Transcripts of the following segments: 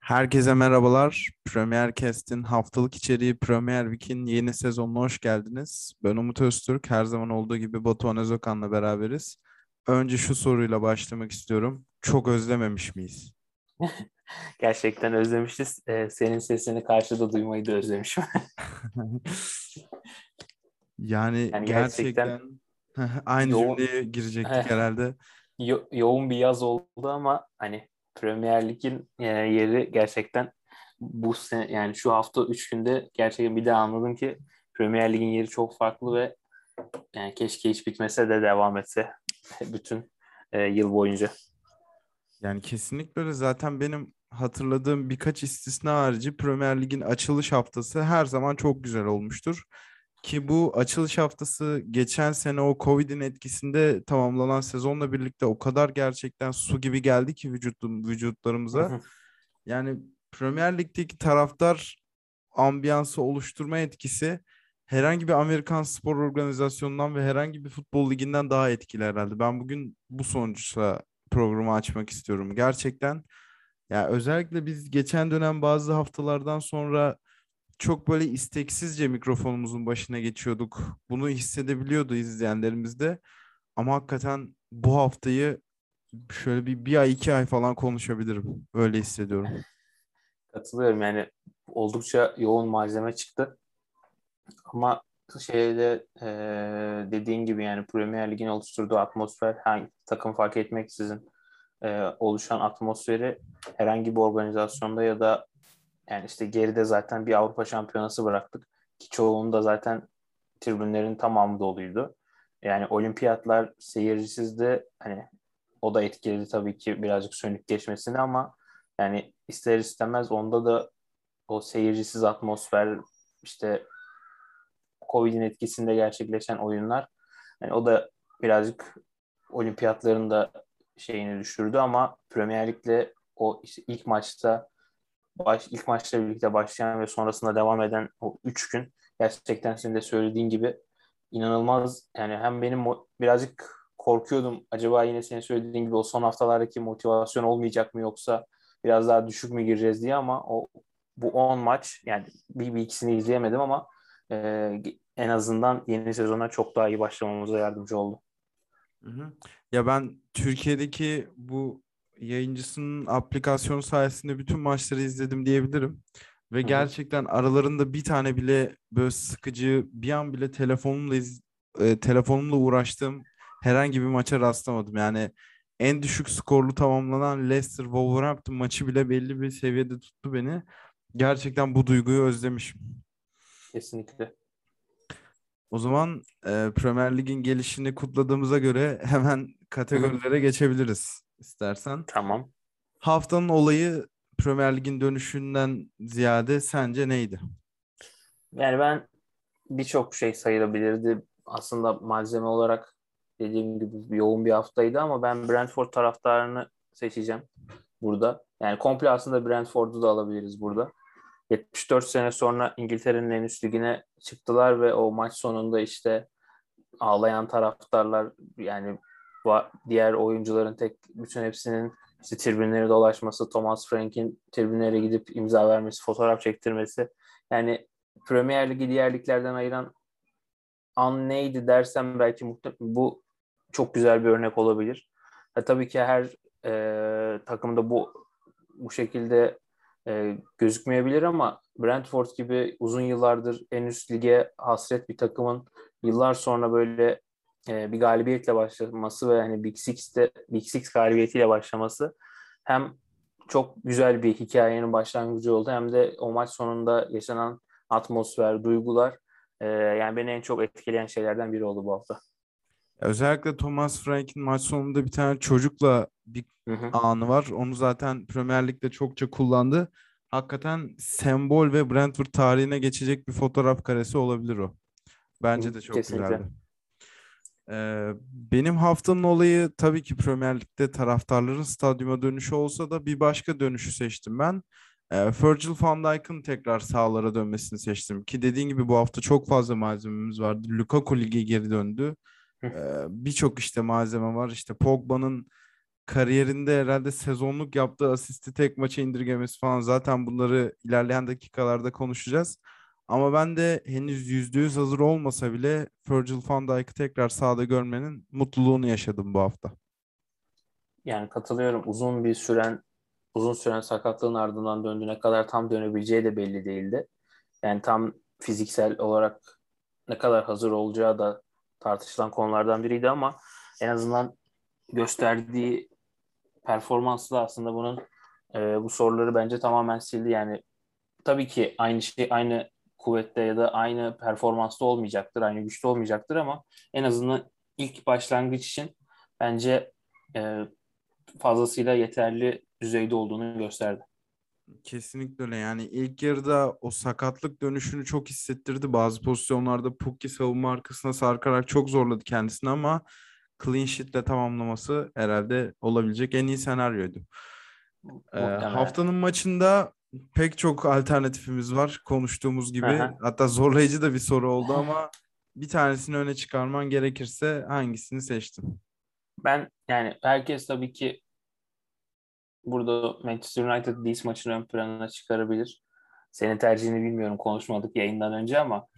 Herkese merhabalar. Premier Cast'in haftalık içeriği Premier Week'in yeni sezonuna hoş geldiniz. Ben Umut Öztürk. Her zaman olduğu gibi Batuhan Özökan'la beraberiz. Önce şu soruyla başlamak istiyorum. Çok özlememiş miyiz? Gerçekten özlemişiz. Senin sesini karşıda duymayı da özlemişim. Yani Yani gerçekten gerçekten aynı yoğun cümleye girecektik herhalde. yoğun bir yaz oldu ama hani Premier Lig'in yeri gerçekten bu sene, yani şu hafta 3 günde gerçekten bir daha anladım ki Premier Lig'in yeri çok farklı ve yani keşke hiç bitmese de devam etse bütün yıl boyunca. Yani kesinlikle öyle. Zaten benim hatırladığım birkaç istisna harici Premier Lig'in açılış haftası her zaman çok güzel olmuştur. Ki bu açılış haftası geçen sene o Covid'in etkisinde tamamlanan sezonla birlikte o kadar gerçekten su gibi geldi ki vücutlarımıza. Yani Premier Lig'deki taraftar ambiyansı oluşturma etkisi herhangi bir Amerikan spor organizasyonundan ve herhangi bir futbol liginden daha etkili herhalde. Ben bugün bu sonuçla programı açmak istiyorum. Gerçekten ya özellikle biz geçen dönem bazı haftalardan sonra çok böyle isteksizce mikrofonumuzun başına geçiyorduk. Bunu hissedebiliyordu izleyenlerimiz de. Ama hakikaten bu haftayı şöyle bir ay 2 ay falan konuşabilirim. Öyle hissediyorum. Katılıyorum, yani oldukça yoğun malzeme çıktı. Ama dediğin gibi yani Premier Lig'in oluşturduğu atmosfer, hangi takım fark etmeksizin oluşan atmosferi herhangi bir organizasyonda ya da yani işte geride zaten bir Avrupa Şampiyonası bıraktık ki çoğunda zaten tribünlerin tamamı doluydu. Yani olimpiyatlar seyircisiz de hani o da etkiledi tabii ki birazcık sönük geçmesini, ama yani ister istemez onda da o seyircisiz atmosfer, işte Covid'in etkisinde gerçekleşen oyunlar. Yani o da birazcık olimpiyatların da şeyini düşürdü, ama Premier Lig'le o işte ilk maçla birlikte başlayan ve sonrasında devam eden o 3 gün gerçekten senin de söylediğin gibi inanılmaz. Yani hem benim birazcık korkuyordum, acaba yine senin söylediğin gibi o son haftalardaki motivasyon olmayacak mı, yoksa biraz daha düşük mü gireceğiz diye, ama bu 10 maç, yani bir ikisini izleyemedim ama en azından yeni sezona çok daha iyi başlamamıza yardımcı oldu. Hı hı. Ya ben Türkiye'deki bu yayıncısının aplikasyonu sayesinde bütün maçları izledim diyebilirim. Ve Hı hı. gerçekten aralarında bir tane bile böyle sıkıcı bir an bile telefonumla uğraştığım herhangi bir maça rastlamadım. Yani en düşük skorlu tamamlanan Leicester Wolverhampton maçı bile belli bir seviyede tuttu beni. Gerçekten bu duyguyu özlemişim. Kesinlikle. O zaman Premier Lig'in gelişini kutladığımıza göre hemen Hı hı. kategorilere geçebiliriz istersen. Tamam. Haftanın olayı Premier Lig'in dönüşünden ziyade sence neydi? Yani ben birçok şey sayılabilirdi. Aslında malzeme olarak dediğim gibi yoğun bir haftaydı, ama ben Brentford taraftarını seçeceğim burada. Yani komple aslında Brentford'u da alabiliriz burada. 74 sene sonra İngiltere'nin en üst ligine çıktılar ve o maç sonunda işte ağlayan taraftarlar, yani diğer oyuncuların bütün hepsinin işte tribünleri dolaşması, Thomas Frank'in tribünlere gidip imza vermesi, fotoğraf çektirmesi. Yani Premier Ligi diğer liglerden ayıran an neydi dersem belki bu çok güzel bir örnek olabilir. Tabii ki her takımda bu şekilde gözükmeyebilir, ama Brentford gibi uzun yıllardır en üst lige hasret bir takımın yıllar sonra böyle bir galibiyetle başlaması ve hani Big Six galibiyetiyle başlaması hem çok güzel bir hikayenin başlangıcı oldu, hem de o maç sonunda yaşanan atmosfer, duygular yani beni en çok etkileyen şeylerden biri oldu bu hafta. Özellikle Thomas Frank'in maç sonunda bir tane çocukla bir Hı hı. anı var. Onu zaten Premier Lig'de çokça kullandı. Hakikaten sembol ve Brentford tarihine geçecek bir fotoğraf karesi olabilir o. Hı Bence hı. de çok güzeldi. Kesinlikle. Benim haftanın olayı tabii ki Premier Lig'de taraftarların stadyuma dönüşü olsa da bir başka dönüşü seçtim ben. Virgil van Dijk'ın tekrar sahalara dönmesini seçtim. Ki dediğin gibi bu hafta çok fazla malzememiz vardı. Lukaku lige geri döndü. Hı Birçok işte malzeme var. İşte Pogba'nın kariyerinde herhalde sezonluk yaptığı asisti tek maça indirgemesi falan, zaten bunları ilerleyen dakikalarda konuşacağız. Ama ben de henüz %100 hazır olmasa bile Virgil van Dijk'ı tekrar sahada görmenin mutluluğunu yaşadım bu hafta. Yani katılıyorum. Uzun süren sakatlığın ardından döndüğüne kadar tam dönebileceği de belli değildi. Yani tam fiziksel olarak ne kadar hazır olacağı da tartışılan konulardan biriydi ama en azından gösterdiği performansla aslında bu soruları bence tamamen sildi. Yani tabii ki aynı kuvvette ya da aynı performansta olmayacaktır, aynı güçte olmayacaktır ama en azından ilk başlangıç için bence e, fazlasıyla yeterli düzeyde olduğunu gösterdi. Kesinlikle öyle. Yani ilk yarıda o sakatlık dönüşünü çok hissettirdi. Bazı pozisyonlarda Pukki savunma arkasına sarkarak çok zorladı kendisini ama clean sheet'le tamamlaması herhalde olabilecek en iyi senaryoydu. Muhtemelen. Haftanın maçında pek çok alternatifimiz var konuştuğumuz Hı gibi. hı. Hatta zorlayıcı da bir soru oldu ama bir tanesini öne çıkarman gerekirse hangisini seçtin? Ben yani herkes tabii ki burada Manchester United Leeds maçını ön plana çıkarabilir. Senin tercihini bilmiyorum, konuşmadık yayından önce ama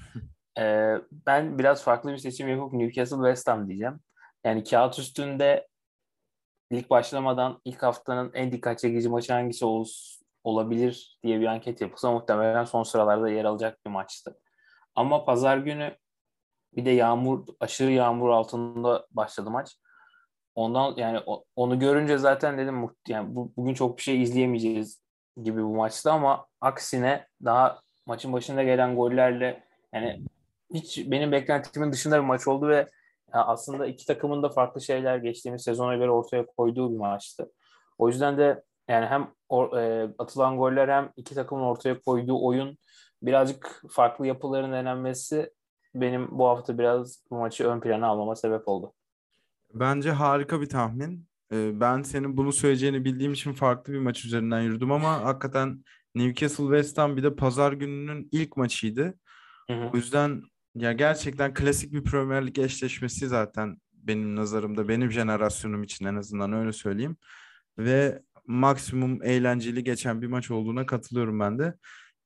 ben biraz farklı bir seçim yapıp Newcastle West Ham diyeceğim. Yani kağıt üstünde lig başlamadan ilk haftanın en dikkat çekici maçı hangisi olabilir diye bir anket yapılsa muhtemelen son sıralarda yer alacak bir maçtı. Ama pazar günü bir de aşırı yağmur altında başladı maç. Ondan yani onu görünce zaten dedim yani bugün çok bir şey izleyemeyeceğiz gibi bu maçta ama aksine daha maçın başında gelen gollerle yani hiç benim beklentimin dışında bir maç oldu ve aslında iki takımın da farklı şeyler geçtiğimiz sezona göre ortaya koyduğu bir maçtı. O yüzden de yani hem atılan goller hem iki takımın ortaya koyduğu oyun birazcık farklı yapıların denenmesi benim bu hafta biraz bu maçı ön plana almama sebep oldu. Bence harika bir tahmin. Ben senin bunu söyleyeceğini bildiğim için farklı bir maç üzerinden yürüdüm ama hakikaten Newcastle West Ham bir de pazar gününün ilk maçıydı. Hı O hı. yüzden ya gerçekten klasik bir Premier Lig eşleşmesi zaten benim nazarımda, benim jenerasyonum için en azından öyle söyleyeyim. Ve maksimum eğlenceli geçen bir maç olduğuna katılıyorum ben de.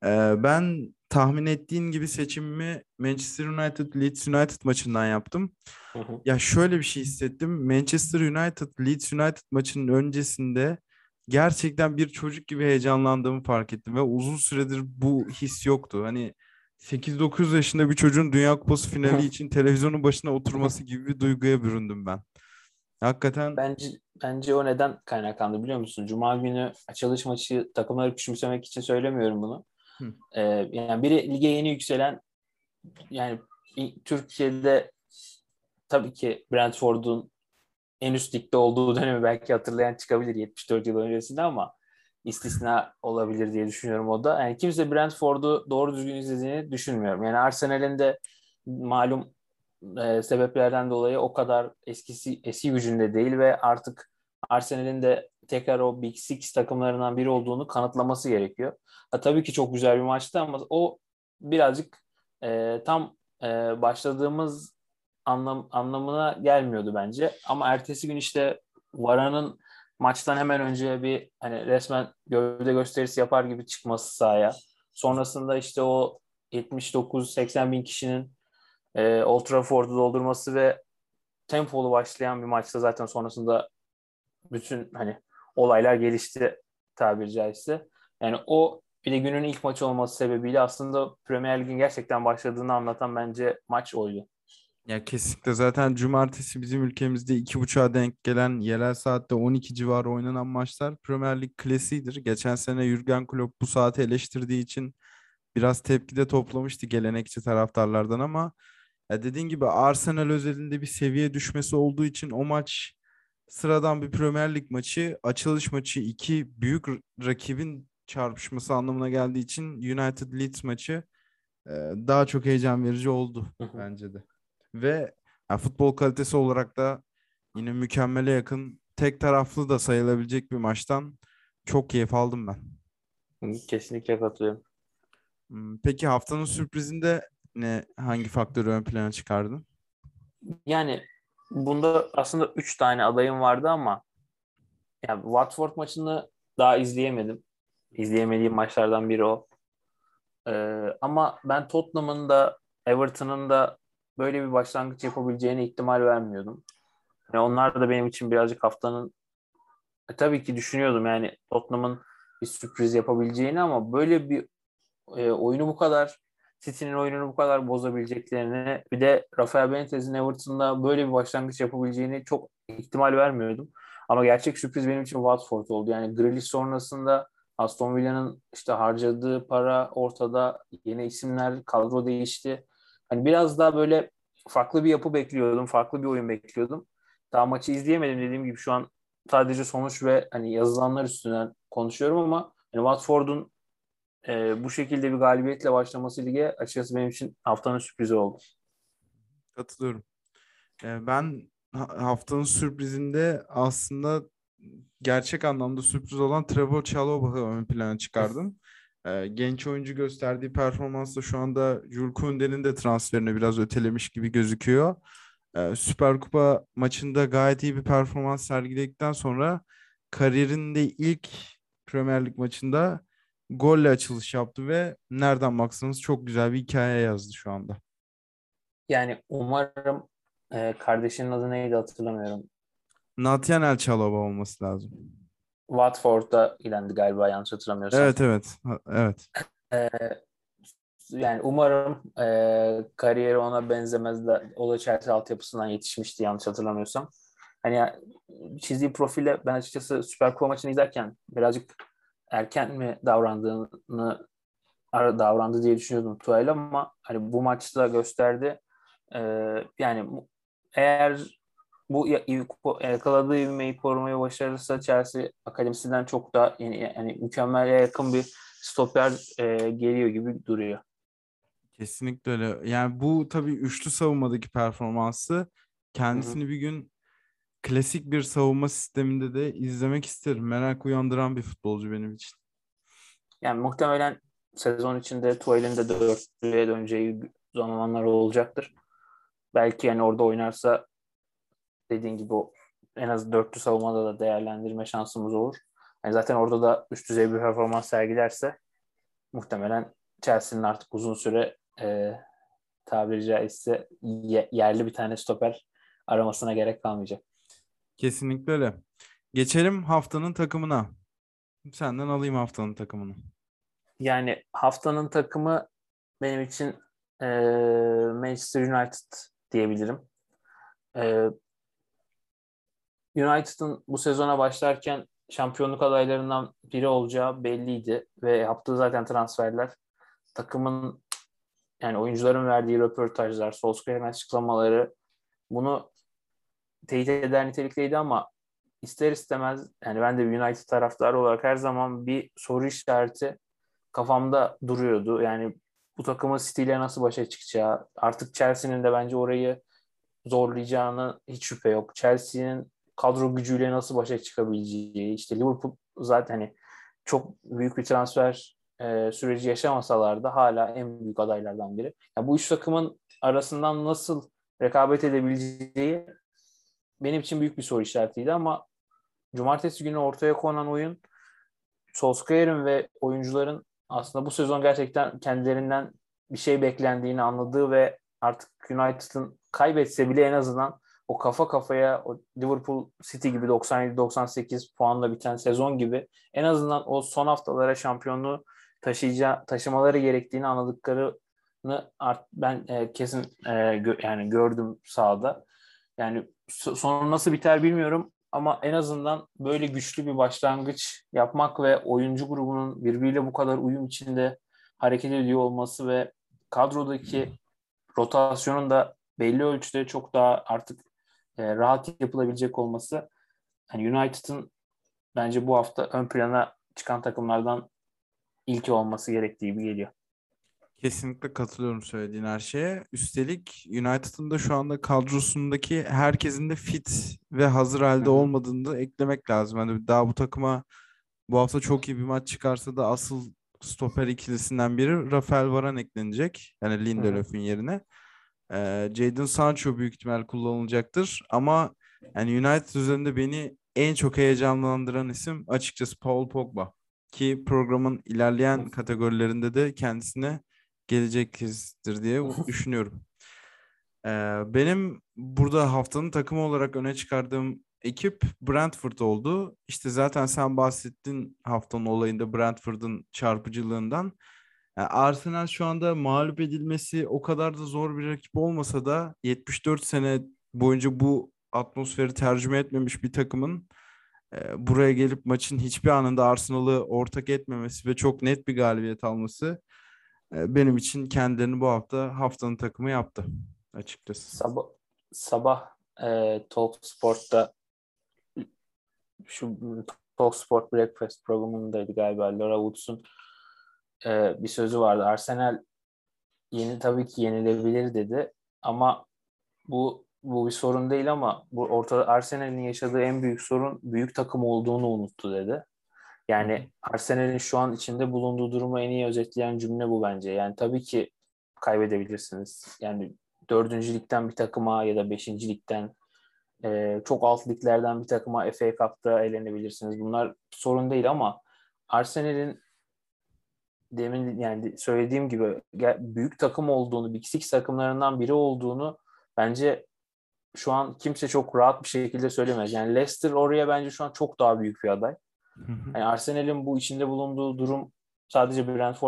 Ben tahmin ettiğin gibi seçimimi Manchester United Leeds United maçından yaptım. Hı hı. Ya şöyle bir şey hissettim. Manchester United Leeds United maçının öncesinde gerçekten bir çocuk gibi heyecanlandığımı fark ettim ve uzun süredir bu his yoktu. Hani 8-9 yaşında bir çocuğun Dünya Kupası finali için televizyonun başına oturması gibi bir duyguya büründüm ben. Hakikaten. Bence bence o neden kaynaklandı biliyor musun? Cuma günü açılış maçı, takımları küçümsemek için söylemiyorum bunu. Hı. Yani biri lige yeni yükselen, yani Türkiye'de tabii ki Brentford'un en üst ligde olduğu dönemi belki hatırlayan çıkabilir 74 yıl öncesinde ama istisna olabilir diye düşünüyorum o da. Yani kimse Brentford'u doğru düzgün izlediğini düşünmüyorum. Yani Arsenal'in de malum sebeplerden dolayı o kadar eski gücünde değil ve artık Arsenal'in de tekrar o Big Six takımlarından biri olduğunu kanıtlaması gerekiyor. Tabii ki çok güzel bir maçtı ama o birazcık tam başladığımız anlamına gelmiyordu bence. Ama ertesi gün işte Varane maçtan hemen önce bir hani resmen gövde gösterisi yapar gibi çıkması sahaya. Sonrasında işte o 79-80 bin kişinin Old Trafford'u doldurması ve tempolu başlayan bir maçta zaten sonrasında bütün hani olaylar gelişti tabiri caizse. Yani o bir de günün ilk maçı olması sebebiyle aslında Premier Lig'in gerçekten başladığını anlatan bence maç oydu. Ya kesinlikle, zaten cumartesi bizim ülkemizde 2.30'a denk gelen yerel saatte 12 civarı oynanan maçlar Premier Lig klasiğidir. Geçen sene Jürgen Klopp bu saati eleştirdiği için biraz tepki de toplamıştı gelenekçi taraftarlardan ama ya dediğin gibi Arsenal özelinde bir seviye düşmesi olduğu için o maç sıradan bir Premier Lig maçı, açılış maçı, iki büyük rakibin çarpışması anlamına geldiği için United Leeds maçı daha çok heyecan verici oldu bence de. Ve ya, futbol kalitesi olarak da yine mükemmele yakın, tek taraflı da sayılabilecek bir maçtan çok keyif aldım ben. Kesinlikle katılıyorum. Peki haftanın sürprizinde hangi faktörü ön plana çıkardın? Yani bunda aslında 3 tane adayım vardı ama Yani Watford maçını daha izleyemedim. İzleyemediğim maçlardan biri o. Ama ben Tottenham'ın da Everton'ın da böyle bir başlangıç yapabileceğine ihtimal vermiyordum. Yani onlar da benim için birazcık haftanın tabii ki düşünüyordum yani Tottenham'ın bir sürpriz yapabileceğini ama böyle bir oyunu bu kadar City'nin oyununu bu kadar bozabileceklerini bir de Rafael Benitez'in Everton'da böyle bir başlangıç yapabileceğini çok ihtimal vermiyordum. Ama gerçek sürpriz benim için Watford oldu. Yani Grealish sonrasında Aston Villa'nın işte harcadığı para ortada, yeni isimler, kadro değişti. Hani biraz daha böyle farklı bir yapı bekliyordum, farklı bir oyun bekliyordum. Daha maçı izleyemedim dediğim gibi şu an sadece sonuç ve hani yazılanlar üstünden konuşuyorum ama hani Watford'un bu şekilde bir galibiyetle başlaması lige açıkçası benim için haftanın sürprizi oldu. Katılıyorum. Ben haftanın sürprizinde aslında gerçek anlamda sürpriz olan Trevor Chalobah'ı ön plana çıkardım. Genç oyuncu gösterdiği performansla şu anda Jules Koundé'nin de transferini biraz ötelemiş gibi gözüküyor. Süper Kupa maçında gayet iyi bir performans sergiledikten sonra kariyerinde ilk Premier Lig maçında golle açılış yaptı ve nereden baksanız çok güzel bir hikaye yazdı şu anda. Yani umarım kardeşinin adı neydi hatırlamıyorum. Nathaniel Chalobah olması lazım. Watford'da ilendi galiba yanlış hatırlamıyorsam. Evet, evet. Evet. E, Yani umarım kariyeri ona benzemez de o da Chelsea altyapısından yetişmişti yanlış hatırlamıyorsam. Hani çizdiği profile ben açıkçası Süper Kupa maçını izlerken birazcık erken mi davrandı diye düşünüyordum Tuchel ama hani bu maçta gösterdi. Yani eğer bu yakaladığı ivmeyi korumayı başarırsa Chelsea akademisinden çok daha yani mükemmele yakın bir stoper geliyor gibi duruyor. Kesinlikle öyle. Yani bu tabii üçlü savunmadaki performansı Hı hı. kendisini bir gün klasik bir savunma sisteminde de izlemek isterim. Merak uyandıran bir futbolcu benim için. Yani muhtemelen sezon içinde Tuchel'in de dörtlüye döneceği zamanlar olacaktır. Belki yani orada oynarsa dediğin gibi o en az dörtlü savunmada da değerlendirme şansımız olur. Yani zaten orada da üst düzey bir performans sergilerse muhtemelen Chelsea'nin artık uzun süre tabiri caizse yerli bir tane stoper aramasına gerek kalmayacak. Kesinlikle öyle. Geçelim haftanın takımına. Senden alayım haftanın takımını. Yani haftanın takımı benim için e, Manchester United diyebilirim. E, United'ın bu sezona başlarken şampiyonluk adaylarından biri olacağı belliydi ve yaptığı zaten transferler takımın yani oyuncuların verdiği röportajlar, Solskjaer'in açıklamaları bunu teyit eder nitelikteydi ama ister istemez yani ben de bir United taraftarı olarak her zaman bir soru işareti kafamda duruyordu. Yani bu takımın City ile nasıl başa çıkacağı, artık Chelsea'nin de bence orayı zorlayacağını hiç şüphe yok. Chelsea'nin kadro gücüyle nasıl başa çıkabileceği, işte Liverpool zaten hani çok büyük bir transfer süreci yaşamasalar da hala en büyük adaylardan biri. Yani bu üç takımın arasından nasıl rekabet edebileceği benim için büyük bir soru işaretiydi ama cumartesi günü ortaya konan oyun Solskjaer'in ve oyuncuların aslında bu sezon gerçekten kendilerinden bir şey beklendiğini anladığı ve artık United'ın kaybetse bile en azından o kafa kafaya o Liverpool City gibi 97-98 puanla biten sezon gibi en azından o son haftalara şampiyonluğu taşımaları gerektiğini anladıklarını ben kesin yani gördüm sahada. Yani sonu nasıl biter bilmiyorum ama en azından böyle güçlü bir başlangıç yapmak ve oyuncu grubunun birbiriyle bu kadar uyum içinde hareket ediyor olması ve kadrodaki rotasyonun da belli ölçüde çok daha artık rahat yapılabilecek olması yani United'ın bence bu hafta ön plana çıkan takımlardan ilki olması gerektiği gibi geliyor. Kesinlikle katılıyorum söylediğin her şeye. Üstelik United'ın da şu anda kadrosundaki herkesin de fit ve hazır Hı halde hı. olmadığını da eklemek lazım. Hani daha bu takıma bu hafta çok iyi bir maç çıkarsa da asıl stoper ikilisinden biri Rafael Varane eklenecek. Yani Hı hı. Lindelöf'ün yerine. Jadon Sancho büyük ihtimal kullanılacaktır. Ama yani United üzerinde beni en çok heyecanlandıran isim açıkçası Paul Pogba. Ki programın ilerleyen kategorilerinde de kendisine gelecektir diye düşünüyorum. Benim burada haftanın takımı olarak öne çıkardığım ekip Brentford oldu. İşte zaten sen bahsettin haftanın olayında Brentford'un çarpıcılığından. Yani Arsenal şu anda mağlup edilmesi o kadar da zor bir rakip olmasa da 74 sene boyunca bu atmosferi tercüme etmemiş bir takımın buraya gelip maçın hiçbir anında Arsenal'ı ortak etmemesi ve çok net bir galibiyet alması benim için kendilerini bu haftanın takımı yaptı açıkçası. Sabah sabah Talk Sport'ta şu Talk Sport Breakfast programındaydı galiba. Laura Woods'un bir sözü vardı. Arsenal tabii ki yenilebilir dedi ama bu bir sorun değil ama bu ortada Arsenal'in yaşadığı en büyük sorun büyük takım olduğunu unuttu dedi. Hı hı. Yani Arsenal'in şu an içinde bulunduğu durumu en iyi özetleyen cümle bu bence. Yani tabii ki kaybedebilirsiniz. Yani dördüncü ligden bir takıma ya da beşinci ligden çok alt liglerden bir takıma FA Cup'ta eğlenebilirsiniz. Bunlar sorun değil ama Arsenal'in demin yani söylediğim gibi büyük takım olduğunu, Big Six takımlarından biri olduğunu bence şu an kimse çok rahat bir şekilde söylemez. Yani Leicester oraya bence şu an çok daha büyük bir aday. Hı hı. Yani Arsenal'in bu içinde bulunduğu durum sadece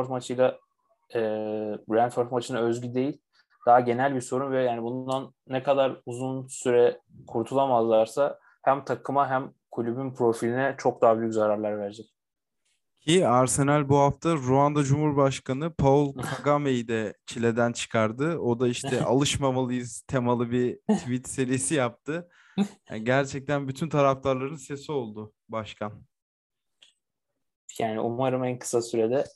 Brentford maçına özgü değil. Daha genel bir sorun ve yani bundan ne kadar uzun süre kurtulamazlarsa hem takıma hem kulübün profiline çok daha büyük zararlar verecek. Ki Arsenal bu hafta Ruanda Cumhurbaşkanı Paul Kagame'yi de çileden çıkardı. O da işte alışmamalıyız temalı bir tweet serisi yaptı. Yani gerçekten bütün taraftarların sesi oldu başkan. Yani umarım en kısa sürede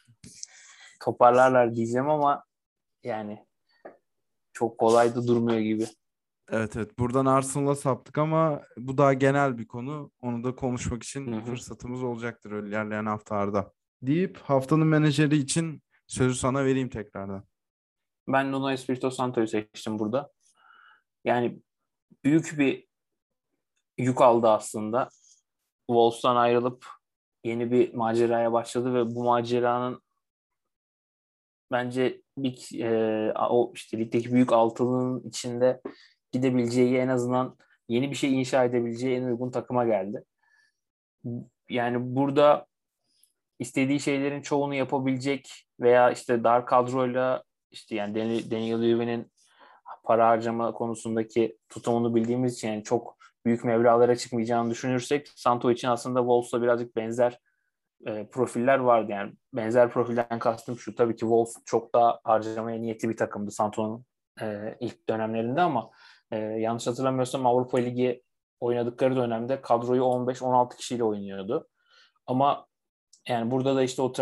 toparlarlar diyeceğim ama yani çok kolay da durmuyor gibi. Evet, evet, buradan Arsenal'a saptık ama bu daha genel bir konu. Onu da konuşmak Hı için hı. fırsatımız olacaktır ilerleyen haftalarda. Deyip haftanın menajeri için sözü sana vereyim tekrardan. Ben Nuno Espirito Santo'yu seçtim burada. Yani büyük bir yük aldı aslında. Wolves'tan ayrılıp yeni bir maceraya başladı ve bu maceranın bence o işte ligdeki büyük altılının içinde gidebileceği en azından yeni bir şey inşa edebileceği en uygun takıma geldi. Yani burada istediği şeylerin çoğunu yapabilecek veya işte dar kadroyla işte yani Daniel Levy'nin para harcama konusundaki tutumunu bildiğimiz için yani çok büyük meblağlara çıkmayacağını düşünürsek Santo için aslında Wolves'la birazcık benzer profiller vardı. Yani benzer profilden kastım şu. Tabii ki Wolves çok daha harcamaya niyetli bir takımdı Santo'nun ilk dönemlerinde ama yanlış hatırlamıyorsam Avrupa Ligi oynadıkları dönemde kadroyu 15-16 kişiyle oynuyordu. Ama yani burada da işte o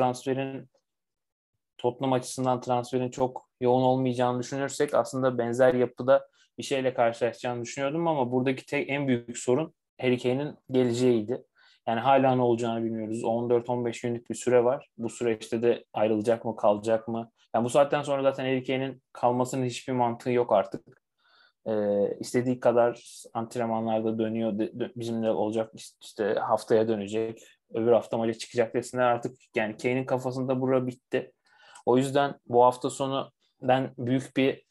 Tottenham açısından transferin çok yoğun olmayacağını düşünürsek aslında benzer yapıda bir şeyle karşılaşacağını düşünüyordum ama buradaki en büyük sorun Harry Kane'in geleceğiydi. Yani hala ne olacağını bilmiyoruz. 14-15 günlük bir süre var. Bu süreçte de ayrılacak mı, kalacak mı? Yani bu saatten sonra zaten Harry Kane'in kalmasının hiçbir mantığı yok artık. İstediği kadar antrenmanlarda dönüyor. Bizimle olacak işte haftaya dönecek. Öbür hafta maça çıkacak desinler artık. Yani Kane'in kafasında bura bitti. O yüzden bu hafta sonu ben büyük bir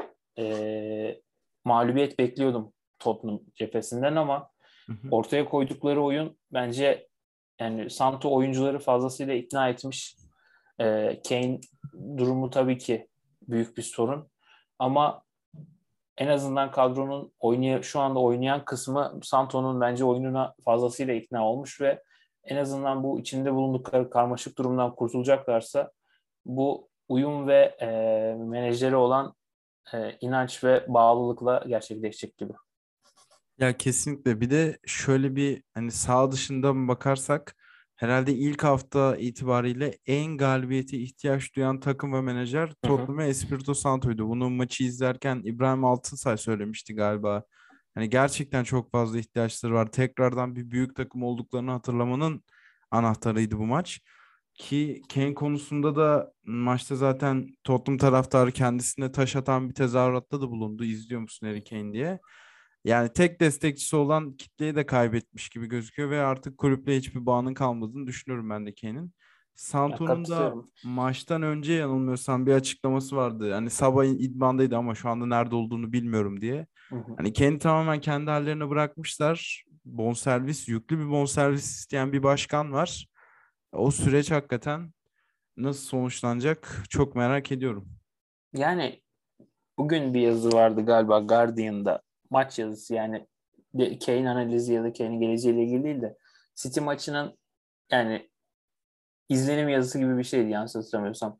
mağlubiyet bekliyordum Tottenham cephesinden ama Hı hı. ortaya koydukları oyun bence yani Santo oyuncuları fazlasıyla ikna etmiş. Kane durumu tabii ki büyük bir sorun ama en azından kadronun şu anda oynayan kısmı Santo'nun bence oyununa fazlasıyla ikna olmuş ve en azından bu içinde bulundukları karmaşık durumdan kurtulacaklarsa bu uyum ve menajeri olan inanç ve bağlılıkla gerçekleşecek gibi. Ya kesinlikle. Bir de şöyle bir hani sağ dışından bakarsak herhalde ilk hafta itibariyle en galibiyete ihtiyaç duyan takım ve menajer Hı hı. Tottenham ve Espirito Santo'ydu. Bunu maçı izlerken İbrahim Altınsay söylemişti galiba. Hani gerçekten çok fazla ihtiyaçları var. Tekrardan bir büyük takım olduklarını hatırlamanın anahtarıydı bu maç. Ki Kane konusunda da maçta zaten Tottenham taraftarı kendisine taş atan bir tezahüratta da bulundu. İzliyor musun Harry Kane diye. Yani tek destekçisi olan kitleyi de kaybetmiş gibi gözüküyor ve artık kulüple hiçbir bağının kalmadığını düşünüyorum ben de Kane'in. Ya Santo'nun da katılıyorum. maçtan önce yanılmıyorsam bir açıklaması vardı. Hani sabah idmandaydı ama şu anda nerede olduğunu bilmiyorum diye. Hı hı. Hani Kane'i tamamen kendi hallerine bırakmışlar. Bonservis, yüklü bir bonservis isteyen bir başkan var. O süreç hakikaten nasıl sonuçlanacak çok merak ediyorum. Yani bugün bir yazı vardı galiba Guardian'da. Maç yazısı yani Kane analizi ya da Kane'in geleceğiyle ilgili değil de City maçının yani izlenim yazısı gibi bir şeydi yanlış hatırlamıyorsam.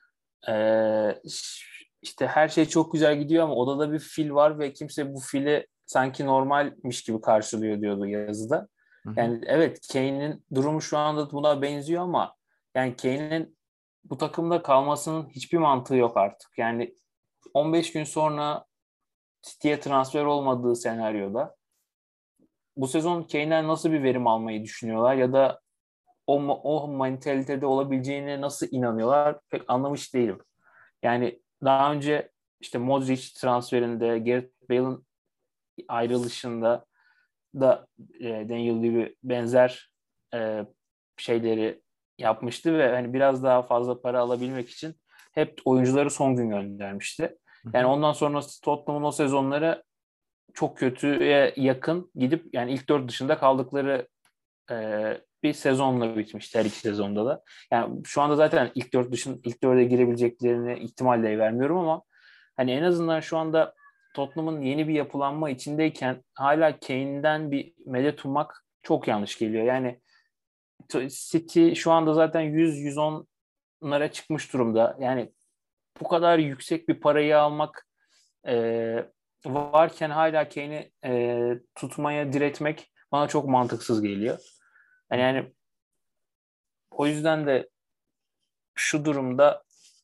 İşte her şey çok güzel gidiyor ama odada bir fil var ve kimse bu fili sanki normalmiş gibi karşılıyor diyordu yazıda. Hı hı. Yani evet Kane'in durumu şu anda buna benziyor ama yani Kane'in bu takımda kalmasının hiçbir mantığı yok artık. Yani 15 gün sonra City'ye transfer olmadığı senaryoda bu sezon Kane'den nasıl bir verim almayı düşünüyorlar ya da o mantalitede olabileceğine nasıl inanıyorlar pek anlamış değilim. Yani daha önce işte Modric transferinde, Gareth Bale'ın ayrılışında da Daniel Levy benzer şeyleri yapmıştı ve hani biraz daha fazla para alabilmek için hep oyuncuları son gün göndermişti. Hı Yani hı. ondan sonra Tottenham'ın o sezonları çok kötüye yakın gidip yani ilk dört dışında kaldıkları bir sezonla bitmişti her iki sezonda da. Yani şu anda zaten ilk dörde girebileceklerini ihtimal de vermiyorum ama hani en azından şu anda Tottenham'ın yeni bir yapılanma içindeyken hala Kane'den bir medet ummak çok yanlış geliyor. Yani City şu anda zaten 100-110'lara çıkmış durumda. Yani bu kadar yüksek bir parayı almak varken hala Kane'i tutmaya diretmek bana çok mantıksız geliyor. Hı hı. Yani o yüzden de şu durumda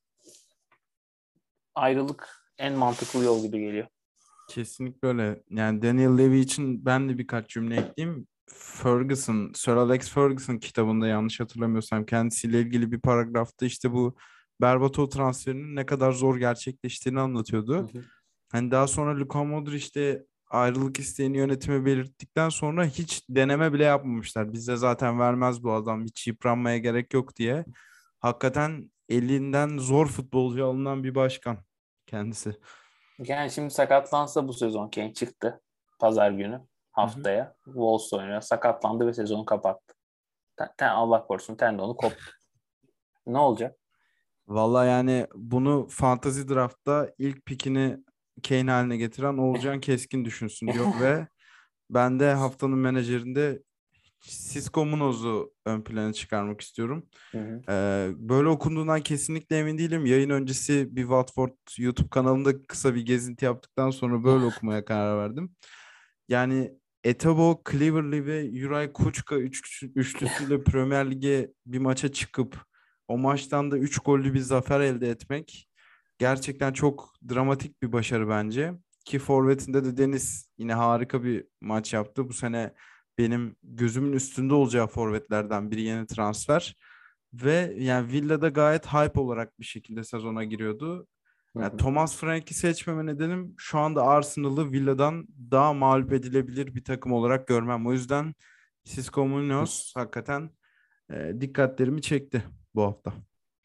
ayrılık en mantıklı yol gibi geliyor. Kesinlikle öyle. Yani Daniel Levy için ben de birkaç cümle ekleyeyim. Ferguson, Sir Alex Ferguson kitabında yanlış hatırlamıyorsam kendisiyle ilgili bir paragrafta işte bu Berbatov transferinin ne kadar zor gerçekleştiğini Hı anlatıyordu. hı. Hani daha sonra Luka Modric de ayrılık isteğini yönetime belirttikten sonra hiç deneme bile yapmamışlar. Bizde zaten vermez bu adam, hiç yıpranmaya gerek yok diye. Hakikaten elinden zor futbolcu alınan bir başkan kendisi. Yani şimdi sakatlansa bu sezon Kane çıktı. Pazar günü Hı hı. haftaya. Wolves oynuyor. Sakatlandı ve sezonu kapattı. Allah korusun tendonu koptu. Ne olacak? Vallahi yani bunu Fantasy Draft'ta ilk pikini Kane haline getiren Oğulcan Keskin düşünsün diyor ve ben de haftanın menajerinde Xisco Munoz'u ön plana çıkarmak istiyorum. Hı hı. Böyle okunduğundan kesinlikle emin değilim. Yayın öncesi bir Watford YouTube kanalında kısa bir gezinti yaptıktan sonra böyle okumaya karar verdim. Yani Etebo, Cleverley ve Juraj Kucka üçlüsüyle Premier Lig'e bir maça çıkıp o maçtan da 3 gollü bir zafer elde etmek gerçekten çok dramatik bir başarı bence. Ki forvetinde de Deniz yine harika bir maç yaptı. Bu sene benim gözümün üstünde olacağı forvetlerden biri yeni transfer. Ve yani Villa'da gayet hype olarak bir şekilde sezona giriyordu. Hı Yani hı. Thomas Frank'i seçmeme nedenim şu anda Arsenal'ı Villa'dan daha mağlup edilebilir bir takım olarak görmem. O yüzden Xisco Munoz hakikaten dikkatlerimi çekti bu hafta.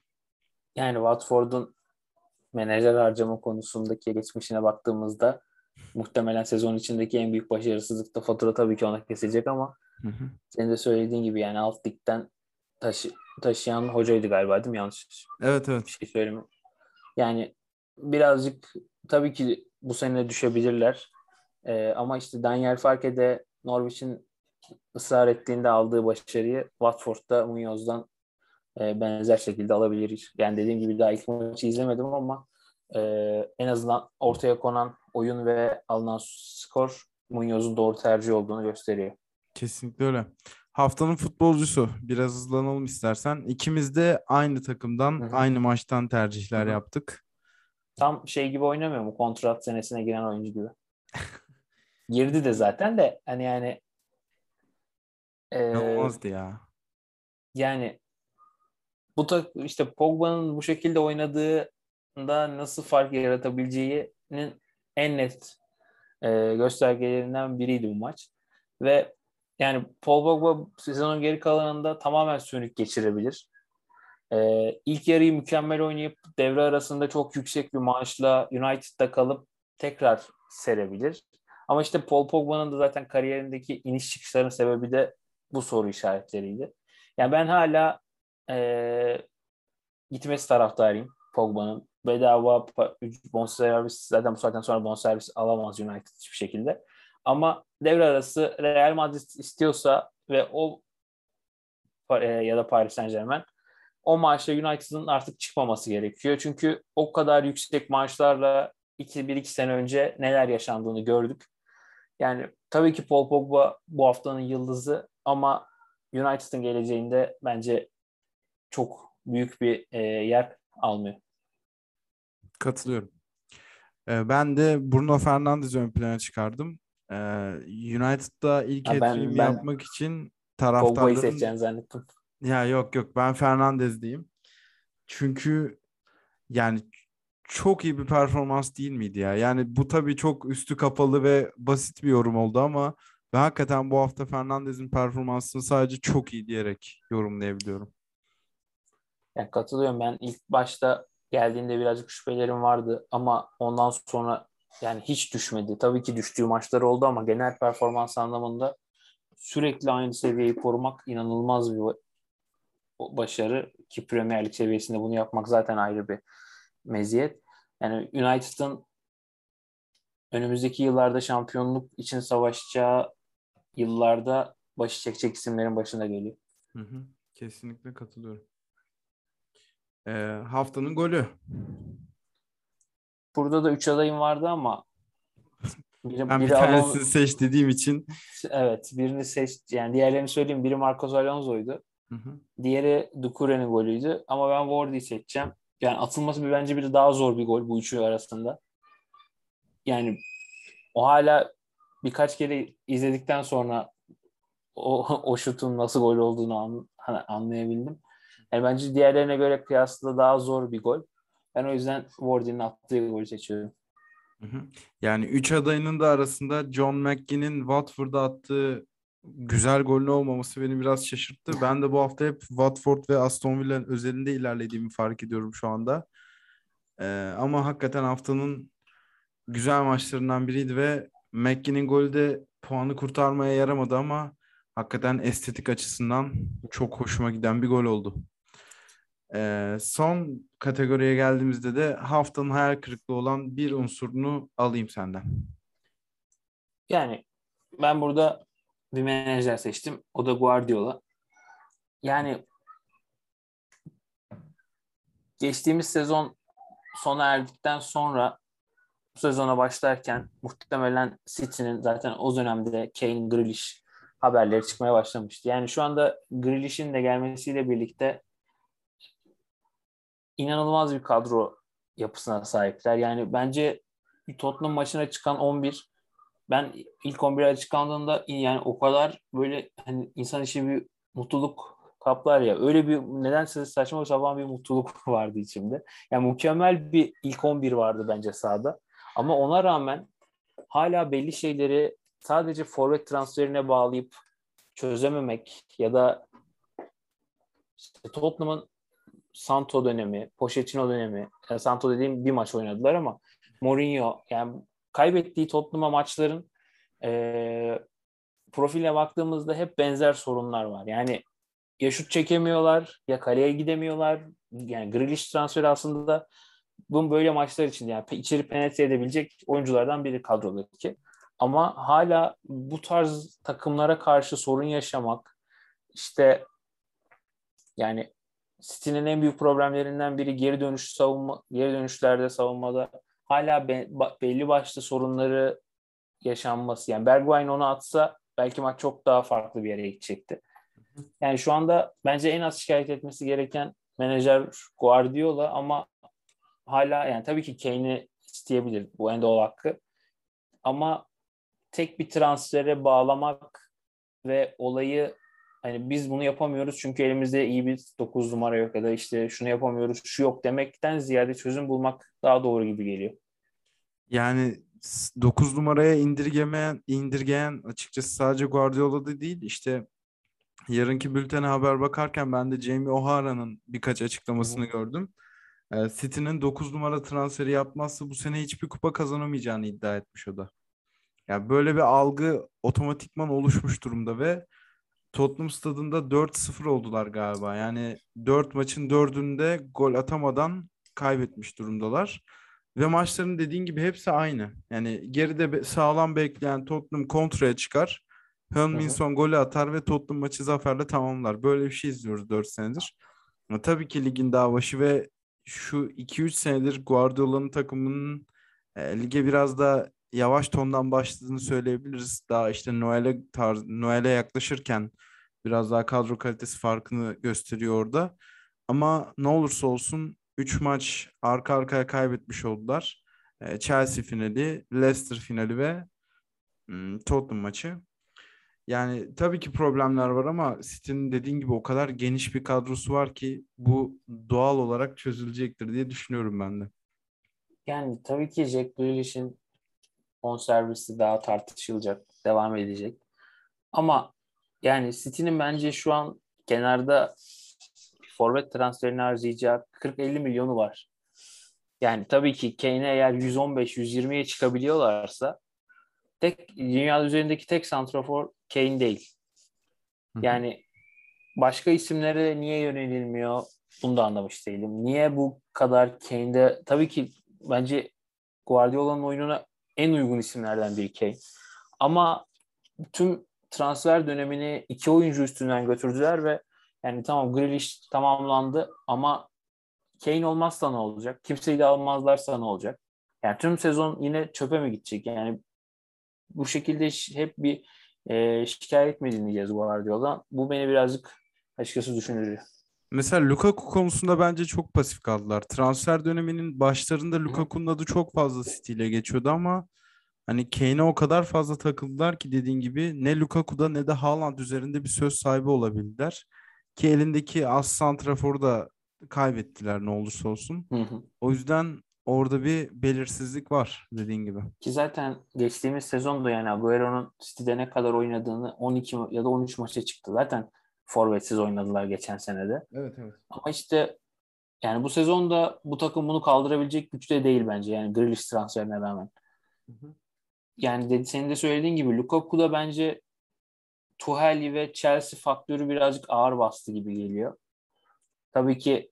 Yani Watford'un menajer harcama konusundaki geçmişine baktığımızda muhtemelen sezon içindeki en büyük başarısızlıkta fatura tabii ki ona kesilecek ama Hı hı. senin de söylediğin gibi yani alt ligden taşı, taşıyan hocaydı galiba değil mi? Yanlış Evet, bir evet. şey söyleme. Yani birazcık tabii ki bu sene düşebilirler. Ama işte Daniel Farke de Norwich'in ısrar ettiğinde aldığı başarıyı Watford'da Munyoz'dan benzer şekilde alabilir. Yani dediğim gibi daha ilk maçı izlemedim ama e, en azından ortaya konan oyun ve alınan skor Munyoz'un doğru tercih olduğunu gösteriyor. Kesinlikle öyle. Haftanın futbolcusu. Biraz hızlanalım istersen. İkimiz de aynı Hı takımdan, hı. aynı maçtan Hı tercihler hı. yaptık. Tam şey gibi oynamıyor mu? Kontrat senesine giren oyuncu gibi. Girdi de zaten de hani yani e, İnanılmazdı ya. yani işte Pogba'nın bu şekilde oynadığında nasıl fark yaratabileceğinin en net göstergelerinden biriydi bu maç. Ve yani Paul Pogba sezonun geri kalanında tamamen sönük geçirebilir. İlk yarıyı mükemmel oynayıp devre arasında çok yüksek bir maaşla United'da kalıp tekrar serebilir. Ama işte Paul Pogba'nın da zaten kariyerindeki iniş çıkışların sebebi de bu soru işaretleriydi. Yani ben hala gitmesi taraftarıyım Pogba'nın. Bedava bonservis, zaten bu saatten sonra bonservis alamaz United hiçbir şekilde. Ama devre arası Real Madrid istiyorsa ve ya da Paris Saint-Germain o maaşla United'ın artık çıkmaması gerekiyor. Çünkü o kadar yüksek maaşlarla 1-2 sene önce neler yaşandığını gördük. Yani tabii ki Paul Pogba bu haftanın yıldızı ama United'ın geleceğinde bence çok büyük bir yer almıyor. Katılıyorum. Ben de Bruno Fernandes'i ön plana çıkardım. Ee, United'da ilk Ha, hat-trick'imi ben yapmak için Pogba'yı taraftarların seçeceğini zannettim. ya yok ben Fernandes diyeyim. Çünkü yani çok iyi bir performans değil miydi ya? Yani bu tabii çok üstü kapalı ve basit bir yorum oldu ama ben hakikaten bu hafta Fernandes'in performansını sadece çok iyi diyerek yorumlayabiliyorum. Yani katılıyorum. Ben ilk başta geldiğinde birazcık şüphelerim vardı ama ondan sonra yani hiç düşmedi. Tabii ki düştüğü maçlar oldu ama genel performans anlamında sürekli aynı seviyeyi korumak inanılmaz bir başarı ki Premier Lig seviyesinde bunu yapmak zaten ayrı bir meziyet. Yani United'ın önümüzdeki yıllarda şampiyonluk için savaşacağı yıllarda başı çekecek isimlerin başında geliyor. Hı hı, kesinlikle katılıyorum. Haftanın golü. Burada da 3 adayım vardı ama Ben bir biri tanesini seç dediğim için. evet, birini seç, yani diğerlerini söyleyeyim. Biri Marcos Alonso'ydu. Hı hı. Diğeri Doucouré'nin golüydü. Ama ben Wardy'yi seçeceğim. Yani atılması bence bir daha zor bir gol bu üçü arasında. Yani o hala birkaç kere izledikten sonra o şutun nasıl gol olduğunu hani anlayabildim. Yani bence diğerlerine göre kıyasla daha zor bir gol. Ben o yüzden Wardy'nin attığı golü seçiyorum. Hı hı. Yani üç adayının da arasında John McGinn'in Watford'a attığı güzel golün olmaması beni biraz şaşırttı. Ben de bu hafta hep Watford ve Aston Villa'nın özelinde ilerlediğimi fark ediyorum şu anda. Ama hakikaten haftanın güzel maçlarından biriydi ve McGinn'in golü de puanı kurtarmaya yaramadı ama hakikaten estetik açısından çok hoşuma giden bir gol oldu. Son kategoriye geldiğimizde de haftanın hayal kırıklığı olan bir unsurunu alayım senden. Yani ben burada bir menajer seçtim. O da Guardiola. Yani geçtiğimiz sezon sona erdikten sonra bu sezona başlarken muhtemelen City'nin zaten o dönemde Kane, Grealish haberleri çıkmaya başlamıştı. Yani şu anda Grealish'in de gelmesiyle birlikte inanılmaz bir kadro yapısına sahipler. Yani bence Tottenham maçına çıkan 11, ben ilk 11'e açıklandığında yani o kadar böyle hani insan içi bir mutluluk kaplar ya. Öyle bir nedense saçma sapan bir mutluluk vardı içimde. Yani mükemmel bir ilk 11 vardı bence sahada. Ama ona rağmen hala belli şeyleri sadece forvet transferine bağlayıp çözememek ya da işte Tottenham'ın Santo dönemi, Pochettino dönemi, yani Santo dediğim bir maç oynadılar ama Mourinho yani kaybettiği Tottenham'a maçların profiline baktığımızda hep benzer sorunlar var. Yani ya şut çekemiyorlar ya kaleye gidemiyorlar. Yani Grealish transferi aslında bunun böyle maçlar için yani içeri penetre edebilecek oyunculardan biri kadrodaki. Ama hala bu tarz takımlara karşı sorun yaşamak işte yani City'nin en büyük problemlerinden biri geri dönüşlerde savunmada hala belli başlı sorunları yaşanması. Yani Bergwijn onu atsa belki maç çok daha farklı bir yere gidecekti. Yani şu anda bence en az şikayet etmesi gereken menajer Guardiola ama hala yani tabii ki Kane'i isteyebilir. Bu en doğal hakkı. Ama tek bir transfere bağlamak ve olayı hani biz bunu yapamıyoruz çünkü elimizde iyi bir 9 numara yok ya da işte şunu yapamıyoruz, şu yok demekten ziyade çözüm bulmak daha doğru gibi geliyor. Yani 9 numaraya indirgeyen açıkçası sadece Guardiola'da değil. İşte yarınki bültene haber bakarken ben de Jamie O'Hara'nın birkaç Hı açıklamasını hı. gördüm. City'nin 9 numara transferi yapmazsa bu sene hiçbir kupa kazanamayacağını iddia etmiş o da. Yani böyle bir algı otomatikman oluşmuş durumda ve Tottenham stadında 4-0 oldular galiba. Yani 4 maçın 4'ünde gol atamadan kaybetmiş durumdalar. Ve maçların dediğin gibi hepsi aynı. Yani geride sağlam bekleyen Tottenham kontraya çıkar. Hı hı. Heung-min golü atar ve Tottenham maçı zaferle tamamlar. Böyle bir şey izliyoruz 4 senedir. Tabii ki ligin daha başı ve şu 2-3 senedir Guardiola'nın takımının lige biraz da yavaş tondan başladığını söyleyebiliriz. Daha işte Noel'e yaklaşırken biraz daha kadro kalitesi farkını gösteriyor orada. Ama ne olursa olsun 3 maç arka arkaya kaybetmiş oldular. Chelsea finali, Leicester finali ve Tottenham maçı. Yani tabii ki problemler var ama City'nin dediğin gibi o kadar geniş bir kadrosu var ki bu doğal olarak çözülecektir diye düşünüyorum ben de. Yani tabii ki Jack Grealish'in bonservisi daha tartışılacak, devam edecek. Ama yani City'nin bence şu an kenarda forvet transferini harcayacağı 40-50 milyonu var. Yani tabii ki Kane'e eğer 115-120'ye çıkabiliyorlarsa dünya üzerindeki tek santrafor Kane değil. Hı hı. Yani başka isimlere niye yönelilmiyor? Bunu da anlamış değilim. Niye bu kadar Kane'de tabii ki bence Guardiola'nın oyununa en uygun isimlerden biri Kane. Ama tüm transfer dönemini iki oyuncu üstünden götürdüler ve yani tamam Grealish tamamlandı ama Kane olmazsa ne olacak? Kimseyi de almazlarsa ne olacak? Yani tüm sezon yine çöpe mi gidecek? Yani bu şekilde hep bir şikayet mi dinleyeceğiz Guardiola'dan? Bu beni birazcık açıkçası düşündürüyor. Mesela Lukaku konusunda bence çok pasif kaldılar. Transfer döneminin başlarında Hı hı. Lukaku'nun adı çok fazla City ile geçiyordu ama hani Kane'e o kadar fazla takıldılar ki dediğin gibi ne Lukaku'da ne de Haaland üzerinde bir söz sahibi olabildiler. Ki elindeki as santraforu da kaybettiler ne olursa olsun. Hı hı. O yüzden orada bir belirsizlik var dediğin gibi. Ki zaten geçtiğimiz sezonda yani Agüero'nun City'de ne kadar oynadığını 12 ya da 13 maça çıktı. Zaten forvetsiz oynadılar geçen senede. Evet, evet. Ama işte yani bu sezonda bu takım bunu kaldırabilecek güçte değil bence. Yani Grealish transferine rağmen. Hı hı. Yani senin de söylediğin gibi Lukaku da bence Tuchel ve Chelsea faktörü birazcık ağır bastı gibi geliyor. Tabii ki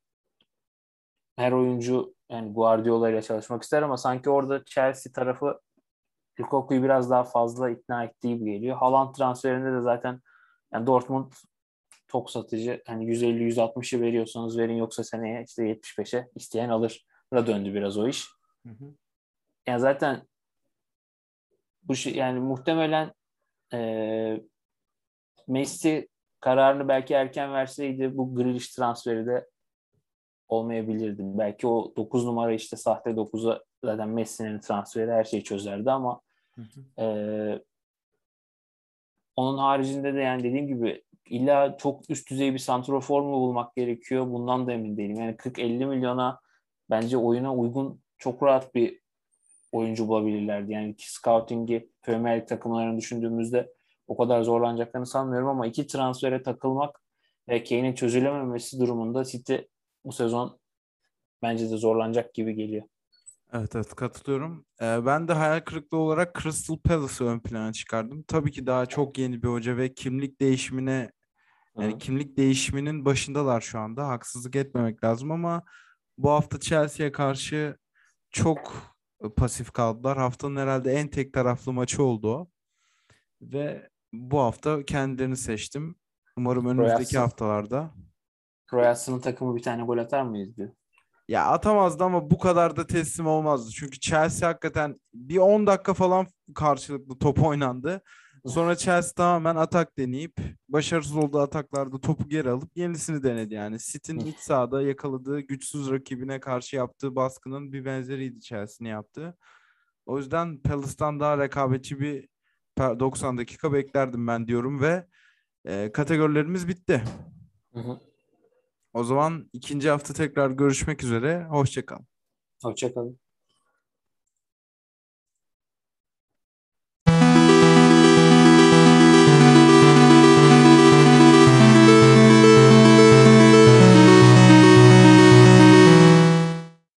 her oyuncu yani Guardiola ile çalışmak ister ama sanki orada Chelsea tarafı Lukaku'yu biraz daha fazla ikna ettiği gibi geliyor. Haaland transferinde de zaten yani Dortmund tok satıcı. Hani 150-160'ı veriyorsanız verin yoksa seneye işte 75'e isteyen alır. Da döndü biraz o iş. Hı hı. Yani zaten bu şey yani muhtemelen e, Messi kararını belki erken verseydi bu Grealish transferi de olmayabilirdi. Belki o 9 numara işte sahte 9'a zaten Messi'nin transferi her şeyi çözerdi ama Hı hı. e, onun haricinde de yani dediğim gibi illa çok üst düzey bir santrafor mu bulmak gerekiyor? Bundan da emin değilim. Yani 40-50 milyona bence oyuna uygun çok rahat bir oyuncu bulabilirlerdi. Yani ki scouting'i Premier Lig takımlarını düşündüğümüzde o kadar zorlanacaklarını sanmıyorum ama iki transfere takılmak ve Kane'in çözülememesi durumunda City bu sezon bence de zorlanacak gibi geliyor. Evet, evet, katılıyorum. Ben de hayal kırıklığı olarak Crystal Palace'ı ön plana çıkardım. Tabii ki daha çok yeni bir hoca ve Hı. kimlik değişiminin başındalar şu anda. Haksızlık etmemek lazım ama bu hafta Chelsea'ye karşı çok pasif kaldılar. Haftanın herhalde en tek taraflı maçı oldu o. Ve bu hafta kendilerini seçtim. Umarım önümüzdeki Royals'ın haftalarda. Royals'ın takımı bir tane gol atar mıyız diyor. Ya atamazdı ama bu kadar da teslim olmazdı. Çünkü Chelsea hakikaten bir 10 dakika falan karşılıklı top oynandı. Sonra Chelsea tamamen atak deneyip başarısız olduğu ataklarda topu geri alıp yenisini denedi yani. City'nin iç sahada yakaladığı güçsüz rakibine karşı yaptığı baskının bir benzeriydi Chelsea'nin yaptığı. O yüzden Palace'tan daha rekabetçi bir 90 dakika beklerdim ben diyorum ve kategorilerimiz bitti. Hı hı. O zaman ikinci hafta tekrar görüşmek üzere. Hoşça kal. Hoşça kalın.